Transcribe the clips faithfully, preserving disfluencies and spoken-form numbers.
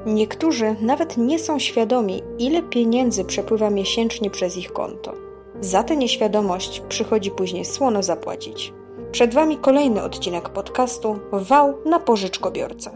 Niektórzy nawet nie są świadomi, ile pieniędzy przepływa miesięcznie przez ich konto. Za tę nieświadomość przychodzi później słono zapłacić. Przed Wami kolejny odcinek podcastu Wał na pożyczkobiorcę.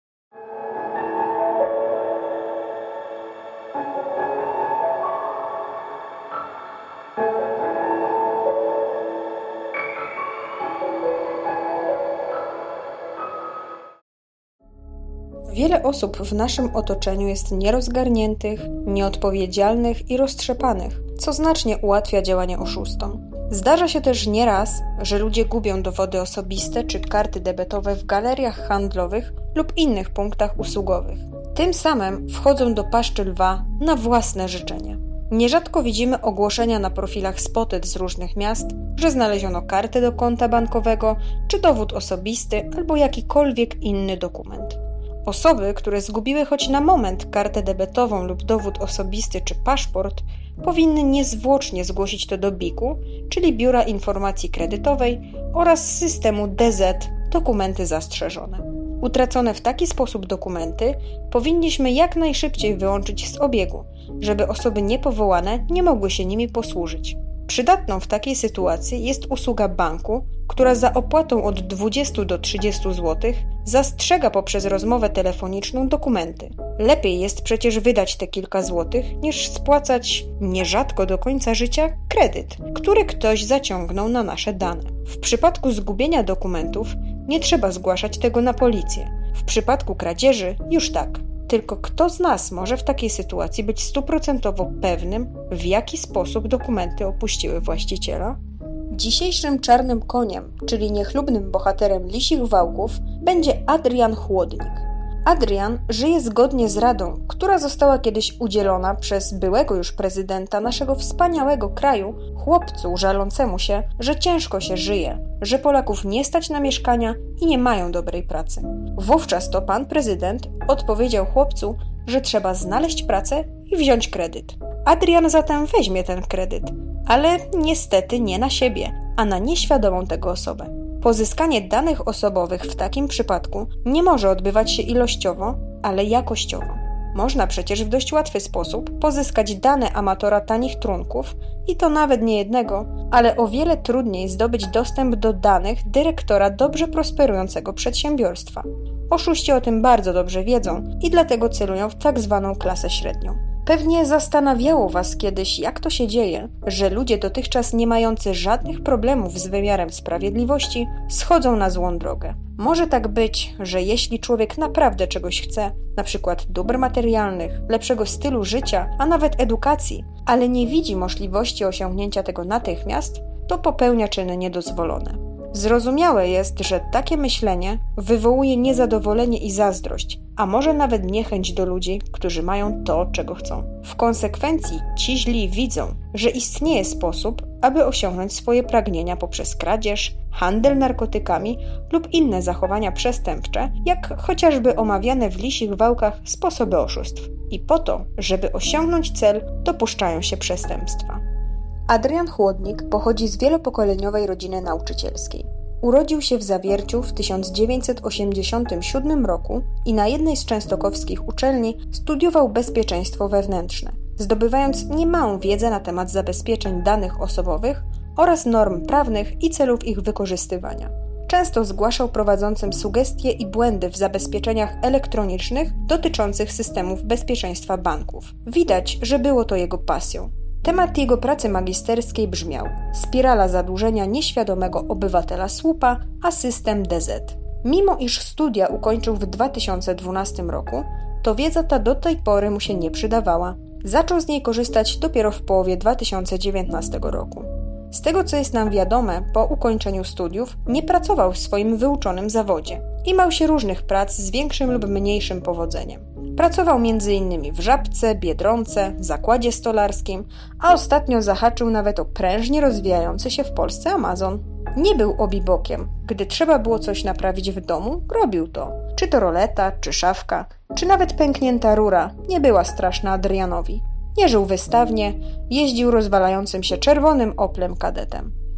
Wiele osób w naszym otoczeniu jest nierozgarniętych, nieodpowiedzialnych i roztrzepanych, co znacznie ułatwia działanie oszustom. Zdarza się też nieraz, że ludzie gubią dowody osobiste czy karty debetowe w galeriach handlowych lub innych punktach usługowych. Tym samym wchodzą do paszczy lwa na własne życzenie. Nierzadko widzimy ogłoszenia na profilach Spotted z różnych miast, że znaleziono kartę do konta bankowego, czy dowód osobisty, albo jakikolwiek inny dokument. Osoby, które zgubiły choć na moment kartę debetową lub dowód osobisty czy paszport, powinny niezwłocznie zgłosić to do biku, czyli Biura Informacji Kredytowej oraz systemu D Z Dokumenty Zastrzeżone. Utracone w taki sposób dokumenty powinniśmy jak najszybciej wyłączyć z obiegu, żeby osoby niepowołane nie mogły się nimi posłużyć. Przydatną w takiej sytuacji jest usługa banku, która za opłatą od dwudziestu do trzydziestu złotych zastrzega poprzez rozmowę telefoniczną dokumenty. Lepiej jest przecież wydać te kilka złotych, niż spłacać nierzadko do końca życia kredyt, który ktoś zaciągnął na nasze dane. W przypadku zgubienia dokumentów nie trzeba zgłaszać tego na policję. W przypadku kradzieży już tak. Tylko kto z nas może w takiej sytuacji być stuprocentowo pewnym, w jaki sposób dokumenty opuściły właściciela? Dzisiejszym czarnym koniem, czyli niechlubnym bohaterem Lisich Wałków, będzie Adrian Chłodnik. Adrian żyje zgodnie z radą, która została kiedyś udzielona przez byłego już prezydenta naszego wspaniałego kraju, chłopcu żalącemu się, że ciężko się żyje, że Polaków nie stać na mieszkania i nie mają dobrej pracy. Wówczas to pan prezydent odpowiedział chłopcu, że trzeba znaleźć pracę i wziąć kredyt. Adrian zatem weźmie ten kredyt, ale niestety nie na siebie, a na nieświadomą tego osobę. Pozyskanie danych osobowych w takim przypadku nie może odbywać się ilościowo, ale jakościowo. Można przecież w dość łatwy sposób pozyskać dane amatora tanich trunków i to nawet nie jednego, ale o wiele trudniej zdobyć dostęp do danych dyrektora dobrze prosperującego przedsiębiorstwa. Oszuści o tym bardzo dobrze wiedzą i dlatego celują w tak zwaną klasę średnią. Pewnie zastanawiało Was kiedyś, jak to się dzieje, że ludzie dotychczas nie mający żadnych problemów z wymiarem sprawiedliwości schodzą na złą drogę. Może tak być, że jeśli człowiek naprawdę czegoś chce, na przykład dóbr materialnych, lepszego stylu życia, a nawet edukacji, ale nie widzi możliwości osiągnięcia tego natychmiast, to popełnia czyny niedozwolone. Zrozumiałe jest, że takie myślenie wywołuje niezadowolenie i zazdrość, a może nawet niechęć do ludzi, którzy mają to, czego chcą. W konsekwencji ci źli widzą, że istnieje sposób, aby osiągnąć swoje pragnienia poprzez kradzież, handel narkotykami lub inne zachowania przestępcze, jak chociażby omawiane w Lisich Wałkach sposoby oszustw. I po to, żeby osiągnąć cel, dopuszczają się przestępstwa. Adrian Chłodnik pochodzi z wielopokoleniowej rodziny nauczycielskiej. Urodził się w Zawierciu w tysiąc dziewięćset osiemdziesiątym siódmym roku i na jednej z częstochowskich uczelni studiował bezpieczeństwo wewnętrzne, zdobywając niemałą wiedzę na temat zabezpieczeń danych osobowych oraz norm prawnych i celów ich wykorzystywania. Często zgłaszał prowadzącym sugestie i błędy w zabezpieczeniach elektronicznych dotyczących systemów bezpieczeństwa banków. Widać, że było to jego pasją. Temat jego pracy magisterskiej brzmiał: spirala zadłużenia nieświadomego obywatela słupa, a system D Z. Mimo iż studia ukończył w dwa tysiące dwunastym roku, to wiedza ta do tej pory mu się nie przydawała. Zaczął z niej korzystać dopiero w połowie dwa tysiące dziewiętnastego roku. Z tego, co jest nam wiadome, po ukończeniu studiów nie pracował w swoim wyuczonym zawodzie. Imał się różnych prac z większym lub mniejszym powodzeniem. Pracował między innymi w Żabce, Biedronce, zakładzie stolarskim, a ostatnio zahaczył nawet o prężnie rozwijający się w Polsce Amazon. Nie był obibokiem. Gdy trzeba było coś naprawić w domu, robił to. Czy to roleta, czy szafka, czy nawet pęknięta rura nie była straszna Adrianowi. Nie żył wystawnie, jeździł rozwalającym się czerwonym Oplem Kadetem.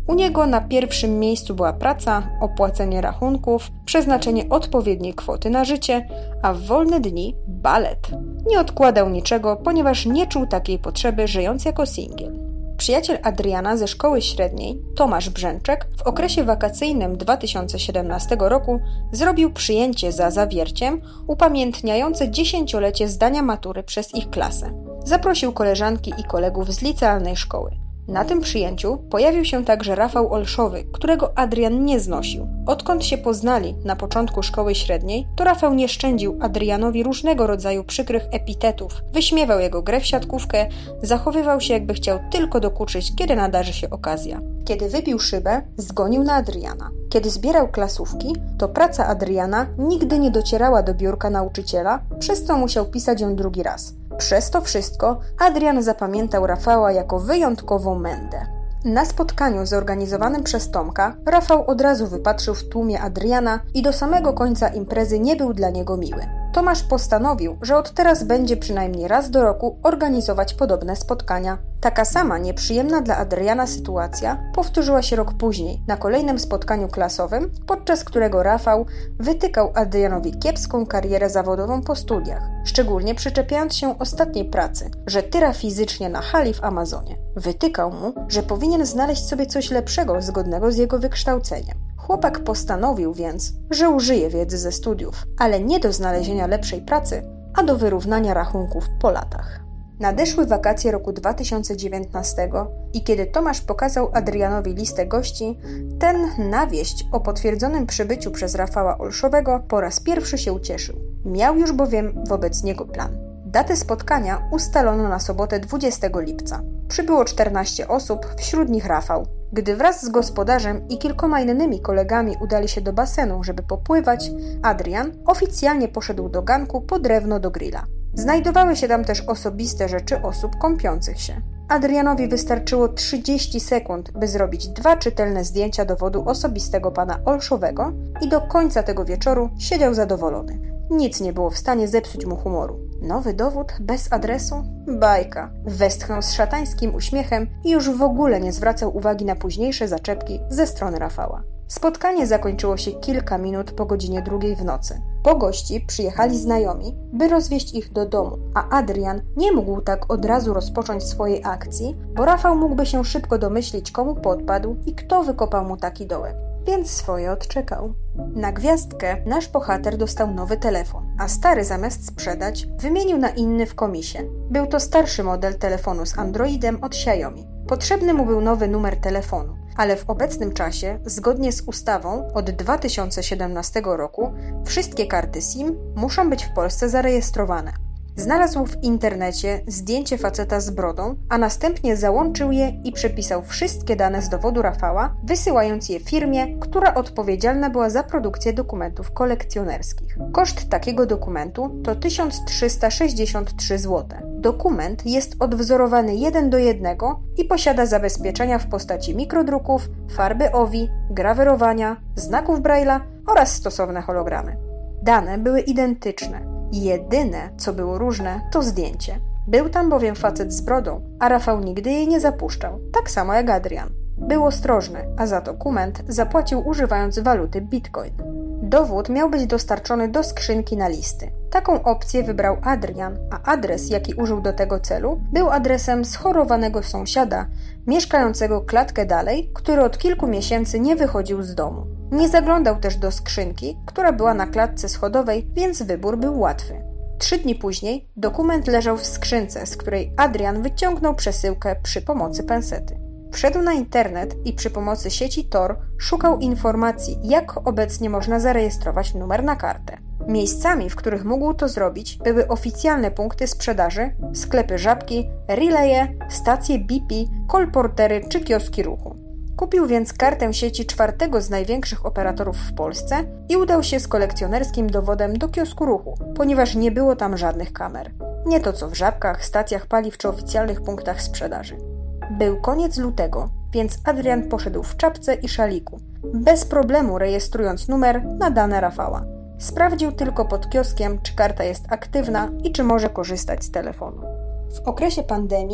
U niego na pierwszym miejscu była praca, opłacenie rachunków, przeznaczenie odpowiedniej kwoty na życie, a w wolne dni balet. Nie odkładał niczego, ponieważ nie czuł takiej potrzeby, żyjąc jako singiel. Przyjaciel Adriana ze szkoły średniej, Tomasz Brzęczek, w okresie wakacyjnym dwa tysiące siedemnastego roku zrobił przyjęcie za zawierciem upamiętniające dziesięciolecie zdania matury przez ich klasę. Zaprosił koleżanki i kolegów z licealnej szkoły. Na tym przyjęciu pojawił się także Rafał Olszowy, którego Adrian nie znosił. Odkąd się poznali na początku szkoły średniej, to Rafał nie szczędził Adrianowi różnego rodzaju przykrych epitetów, wyśmiewał jego grę w siatkówkę, zachowywał się, jakby chciał tylko dokuczyć, kiedy nadarzy się okazja. Kiedy wybił szybę, zgonił na Adriana. Kiedy zbierał klasówki, to praca Adriana nigdy nie docierała do biurka nauczyciela, przez co musiał pisać ją drugi raz. Przez to wszystko Adrian zapamiętał Rafała jako wyjątkową mędę. Na spotkaniu zorganizowanym przez Tomka Rafał od razu wypatrzył w tłumie Adriana i do samego końca imprezy nie był dla niego miły. Tomasz postanowił, że od teraz będzie przynajmniej raz do roku organizować podobne spotkania. Taka sama nieprzyjemna dla Adriana sytuacja powtórzyła się rok później, na kolejnym spotkaniu klasowym, podczas którego Rafał wytykał Adrianowi kiepską karierę zawodową po studiach, szczególnie przyczepiając się ostatniej pracy, że tyra fizycznie na hali w Amazonie. Wytykał mu, że powinien znaleźć sobie coś lepszego, zgodnego z jego wykształceniem. Chłopak postanowił więc, że użyje wiedzy ze studiów, ale nie do znalezienia lepszej pracy, a do wyrównania rachunków po latach. Nadeszły wakacje roku dwa tysiące dziewiętnastego i kiedy Tomasz pokazał Adrianowi listę gości, ten na wieść o potwierdzonym przybyciu przez Rafała Olszowego po raz pierwszy się ucieszył. Miał już bowiem wobec niego plan. Datę spotkania ustalono na sobotę dwudziestego lipca. Przybyło czternaście osób, wśród nich Rafał. Gdy wraz z gospodarzem i kilkoma innymi kolegami udali się do basenu, żeby popływać, Adrian oficjalnie poszedł do ganku po drewno do grilla. Znajdowały się tam też osobiste rzeczy osób kąpiących się. Adrianowi wystarczyło trzydzieści sekund, by zrobić dwa czytelne zdjęcia dowodu osobistego pana Olszowego i do końca tego wieczoru siedział zadowolony. Nic nie było w stanie zepsuć mu humoru. Nowy dowód bez adresu? Bajka. Westchnął z szatańskim uśmiechem i już w ogóle nie zwracał uwagi na późniejsze zaczepki ze strony Rafała. Spotkanie zakończyło się kilka minut po godzinie drugiej w nocy. Po gości przyjechali znajomi, by rozwieźć ich do domu, a Adrian nie mógł tak od razu rozpocząć swojej akcji, bo Rafał mógłby się szybko domyślić, komu podpadł i kto wykopał mu taki dołek. Więc swoje odczekał. Na gwiazdkę nasz bohater dostał nowy telefon, a stary zamiast sprzedać, wymienił na inny w komisie. Był to starszy model telefonu z Androidem od Xiaomi. Potrzebny mu był nowy numer telefonu, ale w obecnym czasie, zgodnie z ustawą od dwa tysiące siedemnastego roku, wszystkie karty SIM muszą być w Polsce zarejestrowane. Znalazł w internecie zdjęcie faceta z brodą, a następnie załączył je i przepisał wszystkie dane z dowodu Rafała, wysyłając je firmie, która odpowiedzialna była za produkcję dokumentów kolekcjonerskich. Koszt takiego dokumentu to tysiąc trzysta sześćdziesiąt trzy złote. Dokument jest odwzorowany jeden do jednego i posiada zabezpieczenia w postaci mikrodruków, farby owi, grawerowania, znaków Braille'a oraz stosowne hologramy. Dane były identyczne. Jedyne, co było różne, to zdjęcie. Był tam bowiem facet z brodą, a Rafał nigdy jej nie zapuszczał, tak samo jak Adrian. Był ostrożny, a za dokument zapłacił używając waluty Bitcoin. Dowód miał być dostarczony do skrzynki na listy. Taką opcję wybrał Adrian, a adres, jaki użył do tego celu, był adresem schorowanego sąsiada, mieszkającego klatkę dalej, który od kilku miesięcy nie wychodził z domu. Nie zaglądał też do skrzynki, która była na klatce schodowej, więc wybór był łatwy. Trzy dni później dokument leżał w skrzynce, z której Adrian wyciągnął przesyłkę przy pomocy pensety. Wszedł na internet i przy pomocy sieci Tor szukał informacji, jak obecnie można zarejestrować numer na kartę. Miejscami, w których mógł to zrobić, były oficjalne punkty sprzedaży, sklepy Żabki, relaye, stacje B P, kolportery czy kioski ruchu. Kupił więc kartę sieci czwartego z największych operatorów w Polsce i udał się z kolekcjonerskim dowodem do kiosku ruchu, ponieważ nie było tam żadnych kamer. Nie to co w Żabkach, stacjach paliw czy oficjalnych punktach sprzedaży. Był koniec lutego, więc Adrian poszedł w czapce i szaliku, bez problemu rejestrując numer na dane Rafała. Sprawdził tylko pod kioskiem, czy karta jest aktywna i czy może korzystać z telefonu. W okresie pandemii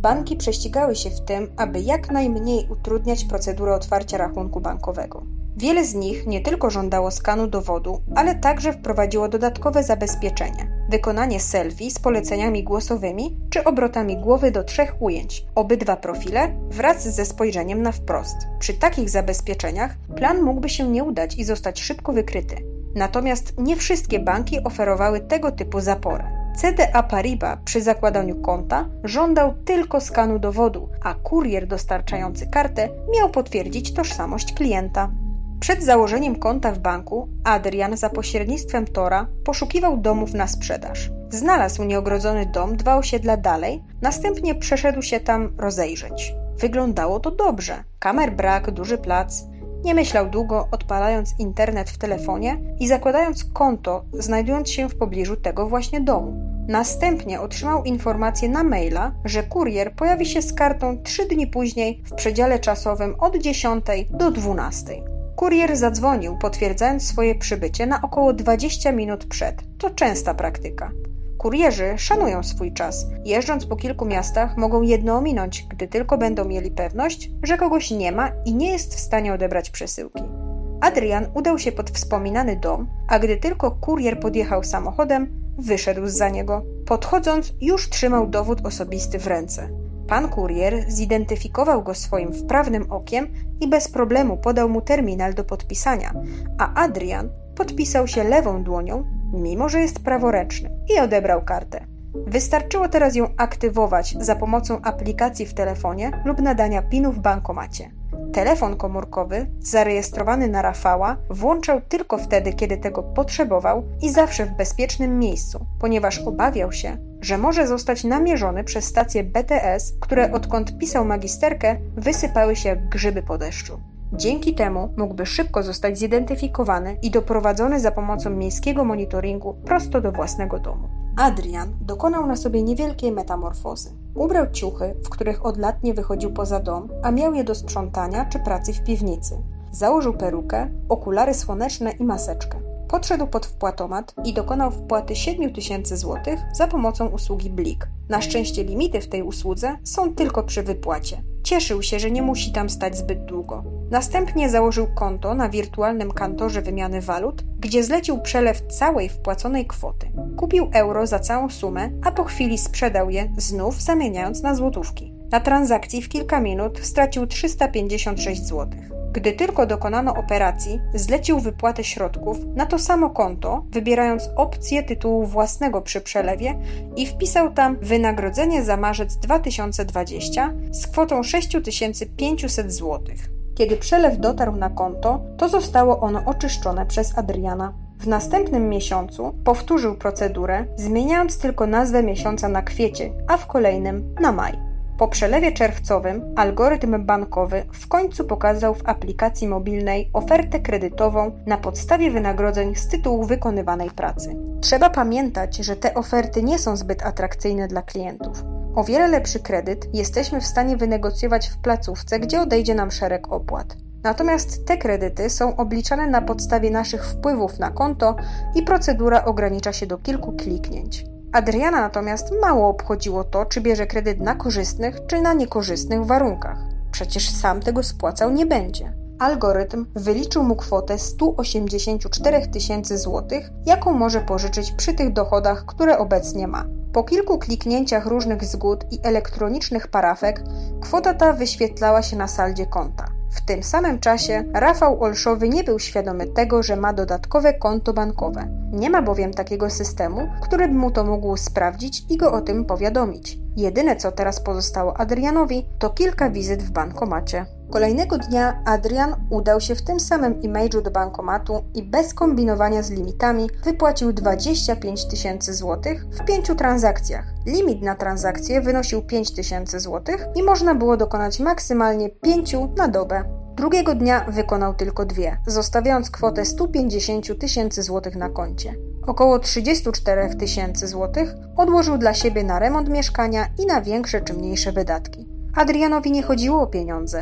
banki prześcigały się w tym, aby jak najmniej utrudniać procedurę otwarcia rachunku bankowego. Wiele z nich nie tylko żądało skanu dowodu, ale także wprowadziło dodatkowe zabezpieczenia. Wykonanie selfie z poleceniami głosowymi czy obrotami głowy do trzech ujęć, obydwa profile wraz ze spojrzeniem na wprost. Przy takich zabezpieczeniach plan mógłby się nie udać i zostać szybko wykryty. Natomiast nie wszystkie banki oferowały tego typu zaporę. C D A Paribas przy zakładaniu konta żądał tylko skanu dowodu, a kurier dostarczający kartę miał potwierdzić tożsamość klienta. Przed założeniem konta w banku Adrian za pośrednictwem Tora poszukiwał domów na sprzedaż. Znalazł nieogrodzony dom dwa osiedla dalej, następnie przeszedł się tam rozejrzeć. Wyglądało to dobrze. Kamer brak, duży plac. Nie myślał długo, odpalając internet w telefonie i zakładając konto, znajdując się w pobliżu tego właśnie domu. Następnie otrzymał informację na maila, że kurier pojawi się z kartą trzy dni później w przedziale czasowym od dziesiątej do dwunastej. Kurier zadzwonił, potwierdzając swoje przybycie na około dwadzieścia minut przed. To częsta praktyka. Kurierzy szanują swój czas. Jeżdżąc po kilku miastach mogą jedno ominąć, gdy tylko będą mieli pewność, że kogoś nie ma i nie jest w stanie odebrać przesyłki. Adrian udał się pod wspominany dom, a gdy tylko kurier podjechał samochodem, wyszedł zza niego. Podchodząc, już trzymał dowód osobisty w ręce. Pan kurier zidentyfikował go swoim wprawnym okiem i bez problemu podał mu terminal do podpisania, a Adrian podpisał się lewą dłonią, mimo że jest praworęczny, i odebrał kartę. Wystarczyło teraz ją aktywować za pomocą aplikacji w telefonie lub nadania pinu w bankomacie. Telefon komórkowy, zarejestrowany na Rafała, włączał tylko wtedy, kiedy tego potrzebował i zawsze w bezpiecznym miejscu, ponieważ obawiał się, że może zostać namierzony przez stacje B T S, które odkąd pisał magisterkę, wysypały się jak grzyby po deszczu. Dzięki temu mógłby szybko zostać zidentyfikowany i doprowadzony za pomocą miejskiego monitoringu prosto do własnego domu. Adrian dokonał na sobie niewielkiej metamorfozy. Ubrał ciuchy, w których od lat nie wychodził poza dom, a miał je do sprzątania czy pracy w piwnicy. Założył perukę, okulary słoneczne i maseczkę. Podszedł pod wpłatomat i dokonał wpłaty siedem tysięcy złotych za pomocą usługi Blik. Na szczęście limity w tej usłudze są tylko przy wypłacie. Cieszył się, że nie musi tam stać zbyt długo. Następnie założył konto na wirtualnym kantorze wymiany walut, gdzie zlecił przelew całej wpłaconej kwoty. Kupił euro za całą sumę, a po chwili sprzedał je, znów zamieniając na złotówki. Na transakcji w kilka minut stracił trzysta pięćdziesiąt sześć złotych. Gdy tylko dokonano operacji, zlecił wypłatę środków na to samo konto, wybierając opcję tytułu własnego przy przelewie i wpisał tam wynagrodzenie za marzec dwa tysiące dwudziesty z kwotą sześć tysięcy pięćset złotych. Kiedy przelew dotarł na konto, to zostało ono oczyszczone przez Adriana. W następnym miesiącu powtórzył procedurę, zmieniając tylko nazwę miesiąca na kwiecień, a w kolejnym na maj. Po przelewie czerwcowym algorytm bankowy w końcu pokazał w aplikacji mobilnej ofertę kredytową na podstawie wynagrodzeń z tytułu wykonywanej pracy. Trzeba pamiętać, że te oferty nie są zbyt atrakcyjne dla klientów. O wiele lepszy kredyt jesteśmy w stanie wynegocjować w placówce, gdzie odejdzie nam szereg opłat. Natomiast te kredyty są obliczane na podstawie naszych wpływów na konto i procedura ogranicza się do kilku kliknięć. Adriana natomiast mało obchodziło to, czy bierze kredyt na korzystnych, czy na niekorzystnych warunkach. Przecież sam tego spłacał nie będzie. Algorytm wyliczył mu kwotę sto osiemdziesiąt cztery tysiące złotych, jaką może pożyczyć przy tych dochodach, które obecnie ma. Po kilku kliknięciach różnych zgód i elektronicznych parafek, kwota ta wyświetlała się na saldzie konta. W tym samym czasie Rafał Olszowy nie był świadomy tego, że ma dodatkowe konto bankowe. Nie ma bowiem takiego systemu, który by mu to mógł sprawdzić i go o tym powiadomić. Jedyne, co teraz pozostało Adrianowi, to kilka wizyt w bankomacie. Kolejnego dnia Adrian udał się w tym samym e-mailu do bankomatu i bez kombinowania z limitami wypłacił dwadzieścia pięć tysięcy złotych w pięciu transakcjach. Limit na transakcję wynosił pięć tysięcy złotych i można było dokonać maksymalnie pięciu na dobę. Drugiego dnia wykonał tylko dwie, zostawiając kwotę sto pięćdziesiąt tysięcy złotych na koncie. Około trzydzieści cztery tysięcy złotych odłożył dla siebie na remont mieszkania i na większe czy mniejsze wydatki. Adrianowi nie chodziło o pieniądze.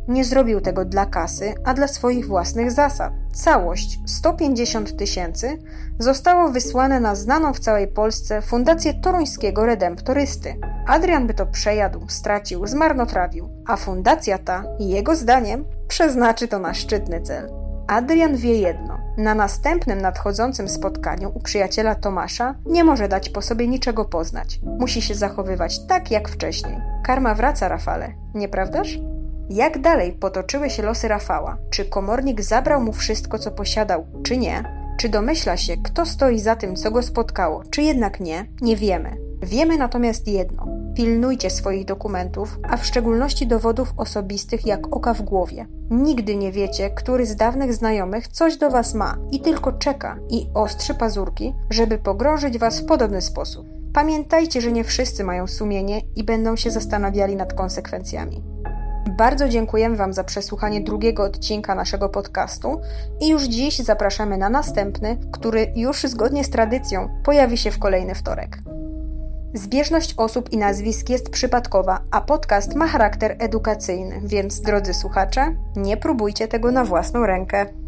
nie zrobił tego dla kasy, a dla swoich własnych zasad. Całość, sto pięćdziesiąt tysięcy, zostało wysłane na znaną w całej Polsce Fundację Toruńskiego Redemptorysty. Adrian by to przejadł, stracił, zmarnotrawił, a fundacja ta, jego zdaniem, przeznaczy to na szczytny cel. Adrian wie jedno. Na następnym nadchodzącym spotkaniu u przyjaciela Tomasza nie może dać po sobie niczego poznać. Musi się zachowywać tak jak wcześniej. Karma wraca, Rafale, nieprawdaż? Jak dalej potoczyły się losy Rafała? Czy komornik zabrał mu wszystko, co posiadał, czy nie? Czy domyśla się, kto stoi za tym, co go spotkało, czy jednak nie? Nie wiemy. Wiemy natomiast jedno. Pilnujcie swoich dokumentów, a w szczególności dowodów osobistych jak oka w głowie. Nigdy nie wiecie, który z dawnych znajomych coś do was ma i tylko czeka i ostrzy pazurki, żeby pogrążyć was w podobny sposób. Pamiętajcie, że nie wszyscy mają sumienie i będą się zastanawiali nad konsekwencjami. Bardzo dziękujemy wam za przesłuchanie drugiego odcinka naszego podcastu i już dziś zapraszamy na następny, który już zgodnie z tradycją pojawi się w kolejny wtorek. Zbieżność osób i nazwisk jest przypadkowa, a podcast ma charakter edukacyjny, więc drodzy słuchacze, nie próbujcie tego na własną rękę.